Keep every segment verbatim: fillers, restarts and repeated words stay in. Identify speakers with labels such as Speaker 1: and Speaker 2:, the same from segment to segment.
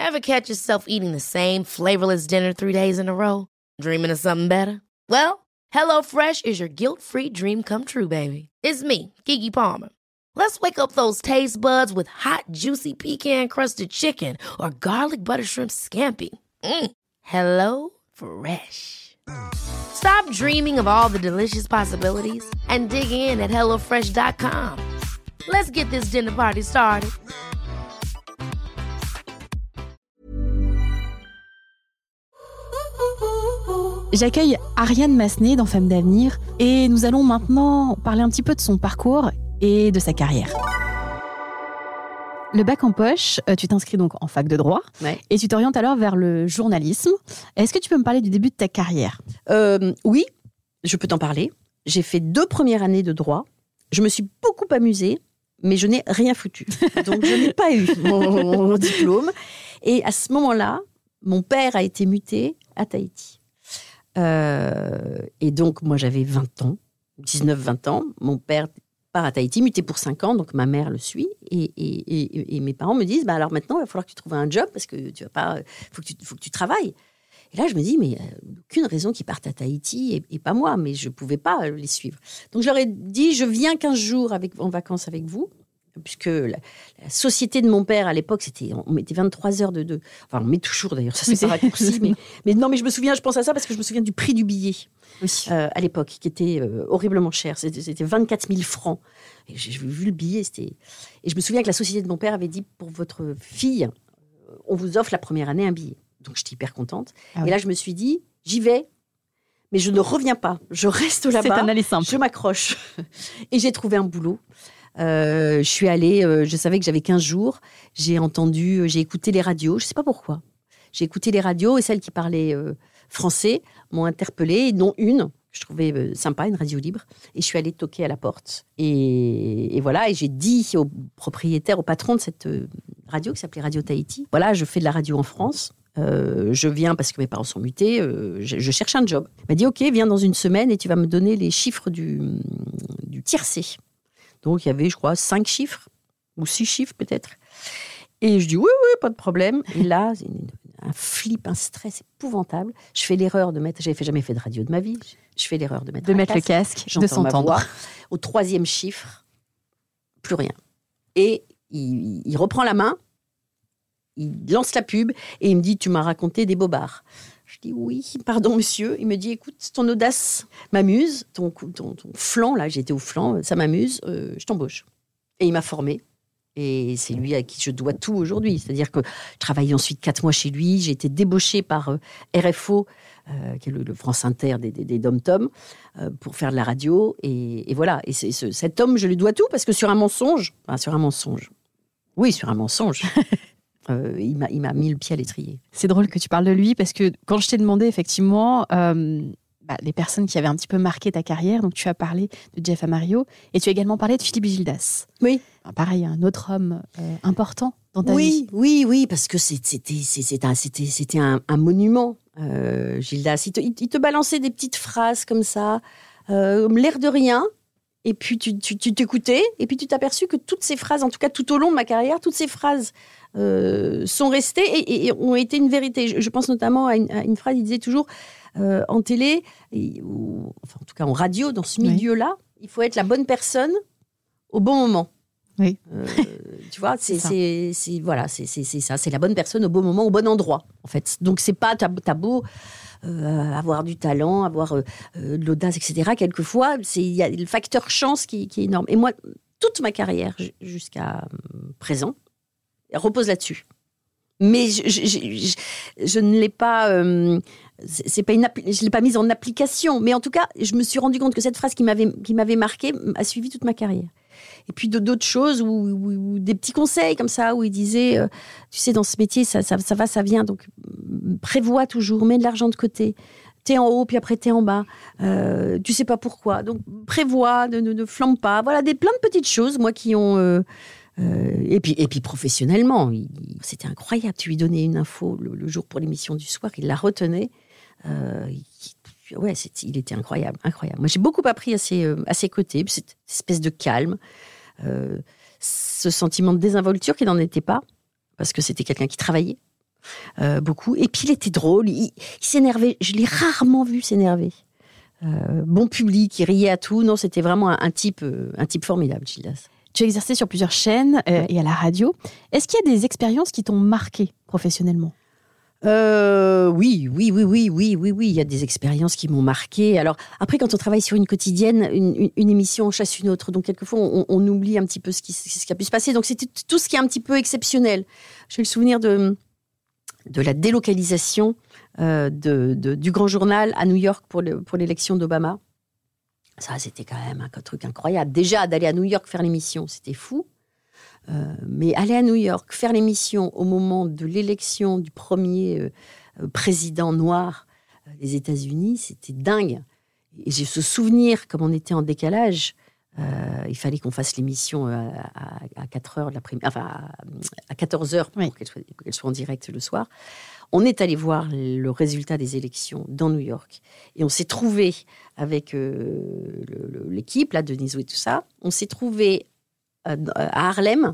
Speaker 1: Ever catch yourself eating the same flavorless dinner three days in a row? Dreaming of something better? Well, HelloFresh is your guilt-free dream come true, baby. It's me, Keke Palmer. Let's wake up those taste buds with hot, juicy pecan-crusted chicken or garlic butter shrimp scampi. Mm. Hello Fresh. Stop dreaming of all the delicious possibilities and dig in at hello fresh dot com. Let's get this dinner party started.
Speaker 2: J'accueille Ariane Massenet dans Femmes d'avenir et nous allons maintenant parler un petit peu de son parcours et de sa carrière. Le bac en poche, tu t'inscris donc en fac de droit
Speaker 3: ouais.
Speaker 2: et tu t'orientes alors vers le journalisme. Est-ce que tu peux me parler du début de ta carrière ?
Speaker 3: euh, Oui, je peux t'en parler. J'ai fait deux premières années de droit. Je me suis beaucoup amusée, mais je n'ai rien foutu. Donc je n'ai pas eu mon, mon diplôme. Et à ce moment-là, mon père a été muté à Tahiti. Euh, et donc, moi, j'avais vingt ans, dix-neuf vingt ans. Mon père part à Tahiti, muté pour cinq ans, donc ma mère le suit. Et, et, et, et mes parents me disent, bah, alors maintenant, il va falloir que tu trouves un job parce que tu vas pas, faut que tu, faut que tu travailles. Et là, je me dis, mais euh, aucune raison qu'ils partent à Tahiti, et, et pas moi, mais je ne pouvais pas les suivre. Donc, je leur ai dit, je viens quinze jours avec, en vacances avec vous, puisque la, la société de mon père, à l'époque, c'était, on mettait vingt-trois heures de... de enfin, on met toujours, d'ailleurs, ça, c'est pas raccourci, mais, mais non, mais je me souviens, je pense à ça parce que je me souviens du prix du billet,
Speaker 2: oui.
Speaker 3: euh, à l'époque, qui était euh, horriblement cher. C'était, c'était vingt-quatre mille francs. Et j'ai, j'ai vu le billet, c'était... Et je me souviens que la société de mon père avait dit, pour votre fille, on vous offre la première année un billet. Donc, j'étais hyper contente. Ah, et oui. Là, je me suis dit, j'y vais, mais je ne reviens pas. Je reste là-bas.
Speaker 2: C'est un aller simple.
Speaker 3: Je m'accroche. Et j'ai trouvé un boulot. Euh, je suis allée, euh, je savais que j'avais quinze jours. J'ai entendu, euh, j'ai écouté les radios. Je ne sais pas pourquoi. J'ai écouté les radios et celles qui parlaient euh, français m'ont interpellée, dont une que je trouvais euh, sympa, une radio libre. Et je suis allée toquer à la porte. Et, et voilà, et j'ai dit au propriétaire, au patron de cette euh, radio qui s'appelait Radio Tahiti, voilà, je fais de la radio en France. Euh, je viens parce que mes parents sont mutés, euh, je, je cherche un job. Il m'a dit, OK, viens dans une semaine et tu vas me donner les chiffres du, du tiercé. Donc, il y avait, je crois, cinq chiffres, ou six chiffres peut-être. Et je dis, oui, oui, pas de problème. Et là, un flip, un stress épouvantable. Je fais l'erreur de mettre, j'avais fait, jamais fait de radio de ma vie, je fais l'erreur de mettre,
Speaker 2: de mettre casque, le casque,
Speaker 3: j'entends
Speaker 2: de s'entendre.
Speaker 3: Ma voix. Au troisième chiffre, plus rien. Et il, il reprend la main, il lance la pub et il me dit, tu m'as raconté des bobards. Je dis, oui, pardon, monsieur. Il me dit, écoute, ton audace m'amuse, ton, ton, ton flanc, là, j'étais au flanc, ça m'amuse, euh, je t'embauche. Et il m'a formée. Et c'est lui à qui je dois tout aujourd'hui. C'est-à-dire que je travaillais ensuite quatre mois chez lui, j'ai été débauchée par euh, R F O, euh, qui est le, le France Inter des, des, des dom-tom, euh, pour faire de la radio. Et, et voilà. Et c'est, ce, cet homme, je lui dois tout, parce que sur un mensonge, enfin, sur un mensonge, oui, sur un mensonge... Euh, il, m'a, il m'a mis le pied à l'étrier.
Speaker 2: C'est drôle que tu parles de lui parce que quand je t'ai demandé effectivement euh, bah, les personnes qui avaient un petit peu marqué ta carrière, donc tu as parlé de Jeff Amario et tu as également parlé de Philippe Gildas.
Speaker 3: Oui.
Speaker 2: Alors, pareil, un autre homme euh, important dans ta
Speaker 3: oui,
Speaker 2: vie.
Speaker 3: Oui, oui, parce que c'est, c'était, c'est, c'est un, c'était, c'était un, un monument, euh, Gildas. Il te, il, il te balançait des petites phrases comme ça, euh, l'air de rien. Et puis tu, tu, tu t'écoutais, et puis tu t'es aperçu que toutes ces phrases, en tout cas tout au long de ma carrière, toutes ces phrases euh, sont restées et, et ont été une vérité. Je, je pense notamment à une, à une phrase, il disait toujours, euh, en télé, et, ou, enfin en tout cas en radio, dans ce milieu-là, oui. Il faut être la bonne personne au bon moment.
Speaker 2: Oui.
Speaker 3: Euh, tu vois, c'est, c'est, c'est, voilà, c'est, c'est, c'est ça, c'est la bonne personne au bon moment, au bon endroit, en fait. Donc c'est pas, t'as, t'as beau... Euh, avoir du talent, avoir euh, euh, de l'audace, et cetera. Quelquefois, il y a le facteur chance qui, qui est énorme. Et moi, toute ma carrière jusqu'à présent repose là-dessus. Mais je, je, je, je ne l'ai pas, euh, c'est pas une, je l'ai pas mise en application. Mais en tout cas, je me suis rendu compte que cette phrase qui m'avait, qui m'avait marquée a suivi toute ma carrière. Et puis d'autres choses, ou, ou, ou des petits conseils comme ça, où il disait, euh, tu sais, dans ce métier, ça, ça, ça va, ça vient, donc prévois toujours, mets de l'argent de côté. T'es en haut, puis après t'es en bas. Euh, tu sais pas pourquoi, donc prévois, ne, ne, ne flambe pas. Voilà, des, plein de petites choses, moi, qui ont... Euh, euh, et, puis, et puis professionnellement, il, c'était incroyable. Tu lui donnais une info le, le jour pour l'émission du soir, il la retenait. Euh, il, Ouais, c'est, il était incroyable, incroyable. Moi, j'ai beaucoup appris à ses, euh, à ses côtés, cette espèce de calme, euh, ce sentiment de désinvolture qui n'en était pas, parce que c'était quelqu'un qui travaillait. euh, beaucoup. Et puis il était drôle, il, il s'énervait. Je l'ai rarement vu s'énerver. Euh, bon public, il riait à tout. Non, c'était vraiment un, un type, euh, un type formidable, Gildas.
Speaker 2: Tu as exercé sur plusieurs chaînes euh, ouais. et à la radio. Est-ce qu'il y a des expériences qui t'ont marqué professionnellement ?
Speaker 3: Euh, oui, oui, oui, oui, oui, oui, oui. Il y a des expériences qui m'ont marqué. Alors après, quand on travaille sur une quotidienne, une, une, une émission en chasse une autre. Donc quelquefois, on, on oublie un petit peu ce qui, ce qui a pu se passer. Donc c'était tout ce qui est un petit peu exceptionnel. J'ai le souvenir de de la délocalisation euh, de, de, du Grand Journal à New York pour, le, pour l'élection d'Obama. Ça, c'était quand même un truc incroyable. Déjà, d'aller à New York faire l'émission, c'était fou. Euh, mais aller à New York, faire l'émission au moment de l'élection du premier euh, président noir euh, des États-Unis, c'était dingue. Et j'ai ce souvenir, comme on était en décalage, euh, il fallait qu'on fasse l'émission à, à, à quatre heures de l'après-midi, enfin à, à quatorze heures pour oui. qu'elle soit, qu'elle soit en direct le soir. On est allé voir le résultat des élections dans New York et on s'est trouvé avec euh, le, le, l'équipe là, de Niso et tout ça. On s'est trouvé à Harlem,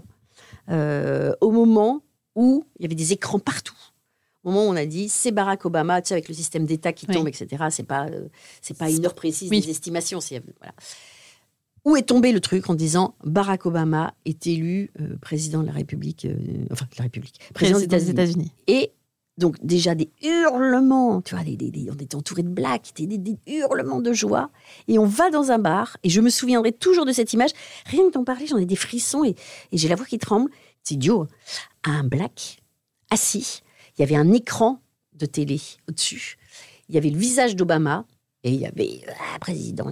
Speaker 3: euh, au moment où il y avait des écrans partout. Au moment où on a dit c'est Barack Obama, tu sais, avec le système d'État qui tombe, oui. et cetera. C'est pas, euh, c'est pas une heure précise oui. des estimations. C'est, voilà. Où est tombé le truc en disant Barack Obama est élu euh, président de la République, euh, enfin de la République, président, président des États-Unis. États-Unis. Et donc déjà des hurlements, tu vois, des, des, des, on était entouré de blacks, des, des, des hurlements de joie. Et on va dans un bar, et je me souviendrai toujours de cette image. Rien que d'en parler, j'en ai des frissons, et, et j'ai la voix qui tremble. C'est idiot. Un black, assis, il y avait un écran de télé au-dessus. Il y avait le visage d'Obama, et il y avait ah, président.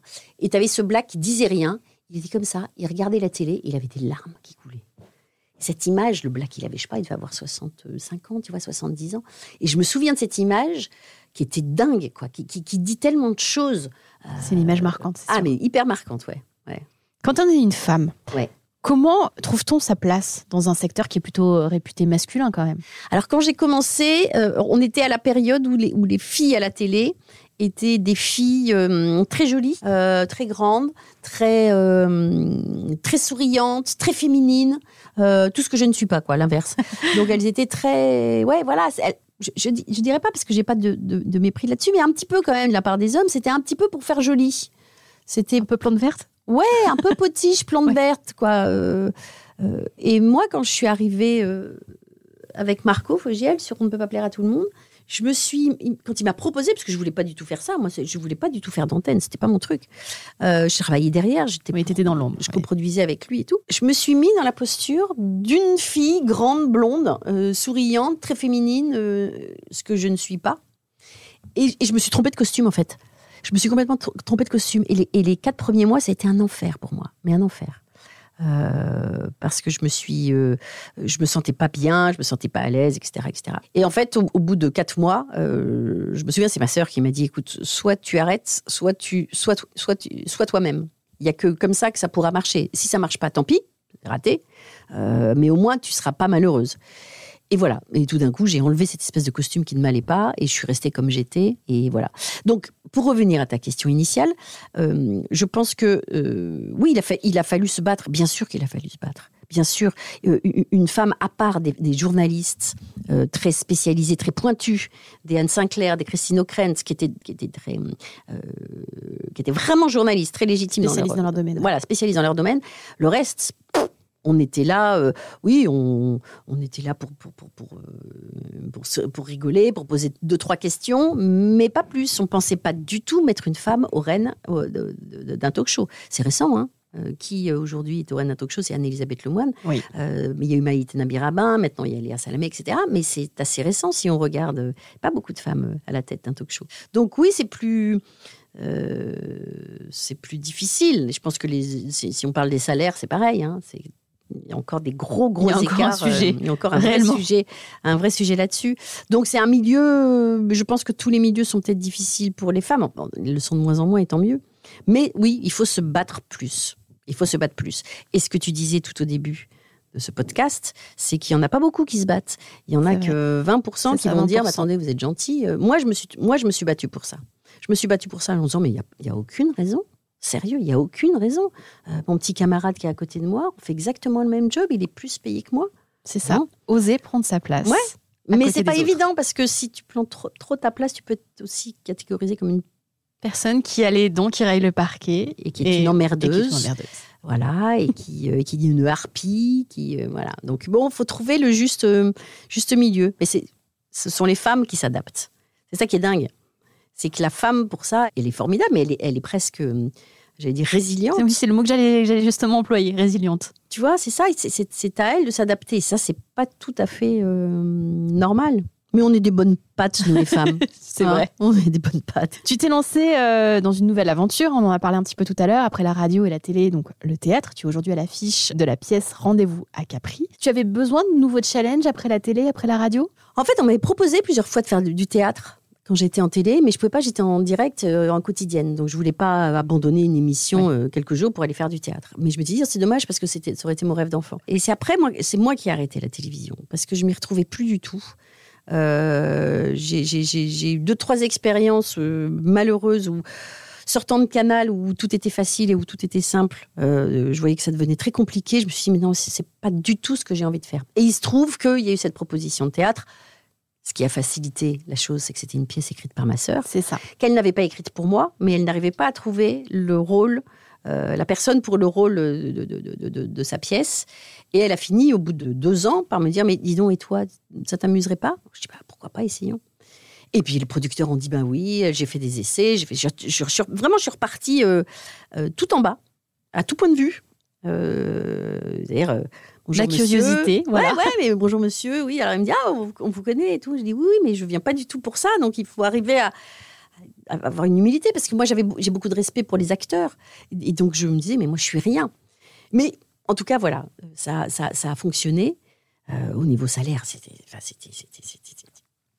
Speaker 3: Et tu avais ce black qui disait rien. Il était comme ça, il regardait la télé, et il avait des larmes qui coulaient. Cette image, le black, il avait, je sais pas, il devait avoir soixante-cinq ans, tu vois, soixante-dix ans. Et je me souviens de cette image qui était dingue, quoi, qui, qui, qui dit tellement de choses.
Speaker 2: C'est une image marquante, c'est
Speaker 3: Ah,
Speaker 2: sûr.
Speaker 3: mais hyper marquante, ouais. ouais.
Speaker 2: Quand on est une femme,
Speaker 3: ouais.
Speaker 2: comment trouve-t-on sa place dans un secteur qui est plutôt réputé masculin, quand même ?
Speaker 3: Alors, quand j'ai commencé, euh, on était à la période où les, où les filles à la télé étaient des filles euh, très jolies, euh, très grandes, très, euh, très souriantes, très féminines, euh, tout ce que je ne suis pas, quoi, l'inverse. Donc elles étaient très... Ouais, voilà, elles, je, je, je dirais pas parce que j'ai pas de, de, de mépris là-dessus, mais un petit peu quand même de la part des hommes, c'était un petit peu pour faire joli. C'était
Speaker 2: un peu plante verte ?
Speaker 3: Ouais, un peu potiche, plante ouais. verte, quoi. Euh, euh, et moi, quand je suis arrivée euh, avec Marco Fogiel sur On ne peut pas plaire à tout le monde, je me suis, quand il m'a proposé, parce que je voulais pas du tout faire ça, moi, je voulais pas du tout faire d'antenne, c'était pas mon truc. Euh, je travaillais derrière, j'étais,
Speaker 2: oui, t'étais dans l'ombre.
Speaker 3: Je coproduisais avec lui et tout. Je me suis mis dans la posture d'une fille grande, blonde, euh, souriante, très féminine, euh, ce que je ne suis pas. Et, et je me suis trompée de costume, en fait. Je me suis complètement trompée de costume. Et les, et les quatre premiers mois, ça a été un enfer pour moi, mais un enfer. Euh, parce que je me suis, euh, je me sentais pas bien, je me sentais pas à l'aise, et cetera, et cetera. Et en fait, au, au bout de quatre mois, euh, je me souviens, c'est ma sœur qui m'a dit, écoute, soit tu arrêtes, soit tu, soit, soit tu, soit toi-même. Il y a que comme ça que ça pourra marcher. Si ça marche pas, tant pis, raté. Euh, mais au moins, tu seras pas malheureuse. Et voilà. Et tout d'un coup, j'ai enlevé cette espèce de costume qui ne m'allait pas et je suis restée comme j'étais. Et voilà. Donc, pour revenir à ta question initiale, euh, je pense que euh, oui, il a, fa- il a fallu se battre. Bien sûr qu'il a fallu se battre. Bien sûr, euh, une femme à part des, des journalistes euh, très spécialisés, très pointus, des Anne Sinclair, des Christine Ockrent, qui étaient, qui étaient très, euh, qui étaient vraiment journalistes, très légitimes
Speaker 2: spécialistes
Speaker 3: dans leur,
Speaker 2: dans leur domaine.
Speaker 3: Voilà, spécialistes dans leur domaine. Le reste. Pff, on était là, euh, oui, on, on était là pour, pour, pour, pour, euh, pour, pour rigoler, pour poser deux, trois questions, mais pas plus. On ne pensait pas du tout mettre une femme aux rênes euh, de, de, d'un talk show. C'est récent, hein. Euh, qui euh, aujourd'hui est aux rênes d'un talk show, c'est Anne-Elisabeth Lemoine. Oui. Euh, mais il y a eu Maït Nabirabin, maintenant il y a Léa Salamé, et cetera. Mais c'est assez récent si on regarde. Euh, pas beaucoup de femmes euh, à la tête d'un talk show. Donc oui, c'est plus... Euh, c'est plus difficile. Je pense que les, si, si on parle des salaires, c'est pareil, hein. C'est... Il y a encore des gros, gros écarts.
Speaker 2: Il y a encore un sujet.
Speaker 3: Euh, il y a encore un vrai sujet, un vrai sujet là-dessus. Donc, c'est un milieu... Je pense que tous les milieux sont peut-être difficiles pour les femmes. Bon, ils le sont de moins en moins, et tant mieux. Mais oui, il faut se battre plus. Il faut se battre plus. Et ce que tu disais tout au début de ce podcast, c'est qu'il n'y en a pas beaucoup qui se battent. Il y en a c'est que vrai. vingt pour cent c'est qui ça, vont vingt pour cent. Dire, attendez, vous êtes gentil. Moi, je me suis, moi, je me suis battue pour ça. Je me suis battue pour ça en disant, mais il n'y a, il y a aucune raison. Sérieux, il n'y a aucune raison. Euh, mon petit camarade qui est à côté de moi, on fait exactement le même job, il est plus payé que moi.
Speaker 2: C'est ça, non. Oser prendre sa place.
Speaker 3: Ouais, Mais c'est pas autres. évident parce que si tu prends trop, trop ta place, tu peux être aussi catégorisée comme une
Speaker 2: personne qui a les dents, qui raille le parquet.
Speaker 3: Et qui est et, une emmerdeuse.
Speaker 2: Et qui est une emmerdeuse.
Speaker 3: Voilà, et qui, euh, qui dit une harpie. Qui, euh, voilà. Donc bon, il faut trouver le juste, euh, juste milieu. Mais c'est, ce sont les femmes qui s'adaptent. C'est ça qui est dingue. C'est que la femme, pour ça, elle est formidable, mais elle est, elle est presque, euh, j'allais dire, résiliente.
Speaker 2: Oui, c'est le mot que j'allais, j'allais justement employer, résiliente.
Speaker 3: Tu vois, c'est ça, c'est, c'est, c'est à elle de s'adapter. Ça, c'est pas tout à fait euh, normal. Mais on est des bonnes pattes, nous les femmes.
Speaker 2: C'est hein, vrai.
Speaker 3: On est des bonnes pattes.
Speaker 2: Tu t'es lancée euh, dans une nouvelle aventure, on en a parlé un petit peu tout à l'heure, après la radio et la télé, donc le théâtre. Tu es aujourd'hui à l'affiche de la pièce Rendez-vous à Capri. Tu avais besoin de nouveaux challenges après la télé, après la radio ?
Speaker 3: En fait, on m'avait proposé plusieurs fois de faire du théâtre quand j'étais en télé, mais je pouvais pas, j'étais en direct, euh, en quotidienne. Donc je voulais pas abandonner une émission ouais. euh, quelques jours pour aller faire du théâtre. Mais je me disais, c'est dommage parce que c'était, ça aurait été mon rêve d'enfant. Et c'est après, moi, c'est moi qui ai arrêté la télévision parce que je m'y retrouvais plus du tout. Euh, j'ai, j'ai, j'ai, j'ai eu deux, trois expériences euh, malheureuses où, sortant de Canal, où tout était facile et où tout était simple, euh, je voyais que ça devenait très compliqué. Je me suis dit, mais non, c'est, c'est pas du tout ce que j'ai envie de faire. Et il se trouve qu'il y a eu cette proposition de théâtre. Ce qui a facilité la chose, c'est que c'était une pièce écrite par ma sœur.
Speaker 2: C'est ça.
Speaker 3: Qu'elle n'avait pas écrite pour moi, mais elle n'arrivait pas à trouver le rôle, euh, la personne pour le rôle de, de, de, de, de sa pièce. Et elle a fini, au bout de deux ans, par me dire, mais dis donc, et toi, ça t'amuserait pas ? Je dis, bah, pourquoi pas, essayons. Et puis les producteurs ont dit, ben oui, j'ai fait des essais, j'ai fait, je, je, je, vraiment, je suis repartie euh, euh, tout en bas, à tout point de vue. Euh, c'est-à-dire... Euh, Bonjour,
Speaker 2: la curiosité,
Speaker 3: monsieur.
Speaker 2: voilà.
Speaker 3: Ouais, ouais, mais bonjour monsieur, oui. Alors il me dit, ah, on, on vous connaît et tout. Je dis, oui, oui, mais je viens pas du tout pour ça. Donc il faut arriver à, à avoir une humilité parce que moi, j'avais, j'ai beaucoup de respect pour les acteurs. Et, et donc je me disais, mais moi, je suis rien. Mais en tout cas, voilà, ça, ça, ça a fonctionné. Euh, au niveau salaire, c'était, enfin, c'était, c'était, c'était, c'était...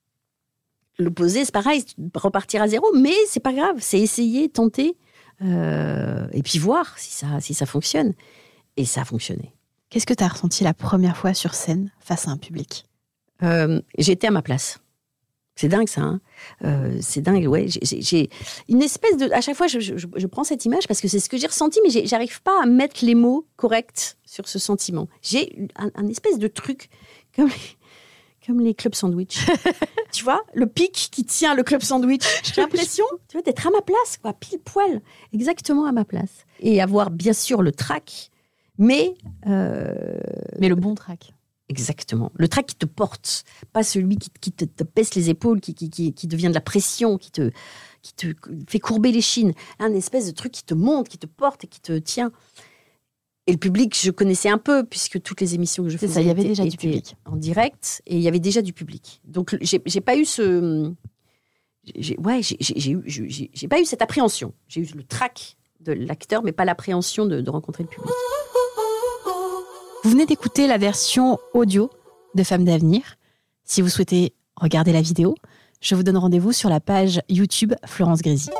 Speaker 3: L'opposé, c'est pareil, repartir à zéro, mais c'est pas grave. C'est essayer, tenter, euh, et puis voir si ça, si ça fonctionne. Et ça a fonctionné.
Speaker 2: Qu'est-ce que tu as ressenti la première fois sur scène face à un public ?
Speaker 3: euh, J'étais à ma place. C'est dingue ça. Hein euh, c'est dingue, ouais. J'ai, j'ai une espèce de... À chaque fois, je, je, je prends cette image parce que c'est ce que j'ai ressenti, mais j'ai, j'arrive pas à mettre les mots corrects sur ce sentiment. J'ai un, un espèce de truc comme les, comme les clubs sandwich. Tu vois, le pic qui tient le club sandwich. J'ai l'impression, tu vois, d'être à ma place, quoi, pile poil, exactement à ma place. Et avoir bien sûr le trac. Mais, euh,
Speaker 2: mais le bon trac.
Speaker 3: Exactement. Le trac qui te porte, pas celui qui, qui te, te baisse les épaules, qui, qui, qui, qui devient de la pression, qui te, qui te fait courber les chines. Un espèce de truc qui te monte, qui te porte et qui te tient. Et le public, je connaissais un peu, puisque toutes les émissions que je
Speaker 2: faisais
Speaker 3: C'est
Speaker 2: ça, il y avait
Speaker 3: étaient,
Speaker 2: déjà
Speaker 3: étaient
Speaker 2: du public.
Speaker 3: En direct, et il y avait déjà du public. Donc, j'ai, j'ai pas eu ce... J'ai, ouais, j'ai, j'ai, j'ai, j'ai, j'ai pas eu cette appréhension. J'ai eu le trac de l'acteur, mais pas l'appréhension de, de rencontrer le public.
Speaker 2: Vous venez d'écouter la version audio de Femmes d'avenir. Si vous souhaitez regarder la vidéo, je vous donne rendez-vous sur la page YouTube Florence Grisi.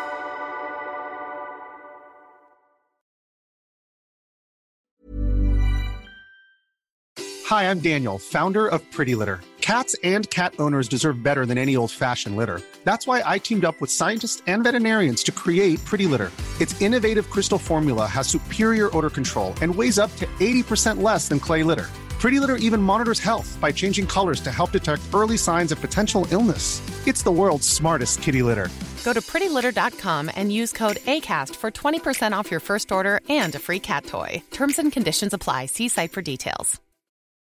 Speaker 4: Hi, I'm Daniel, founder of Pretty Litter. Cats and cat owners deserve better than any old-fashioned litter. That's why I teamed up with scientists and veterinarians to create Pretty Litter. Its innovative crystal formula has superior odor control and weighs up to eighty percent less than clay litter. Pretty Litter even monitors health by changing colors to help detect early signs of potential illness. It's the world's smartest kitty litter.
Speaker 5: Go to pretty litter dot com and use code ACAST for twenty percent off your first order and a free cat toy. Terms and conditions apply. See site for details.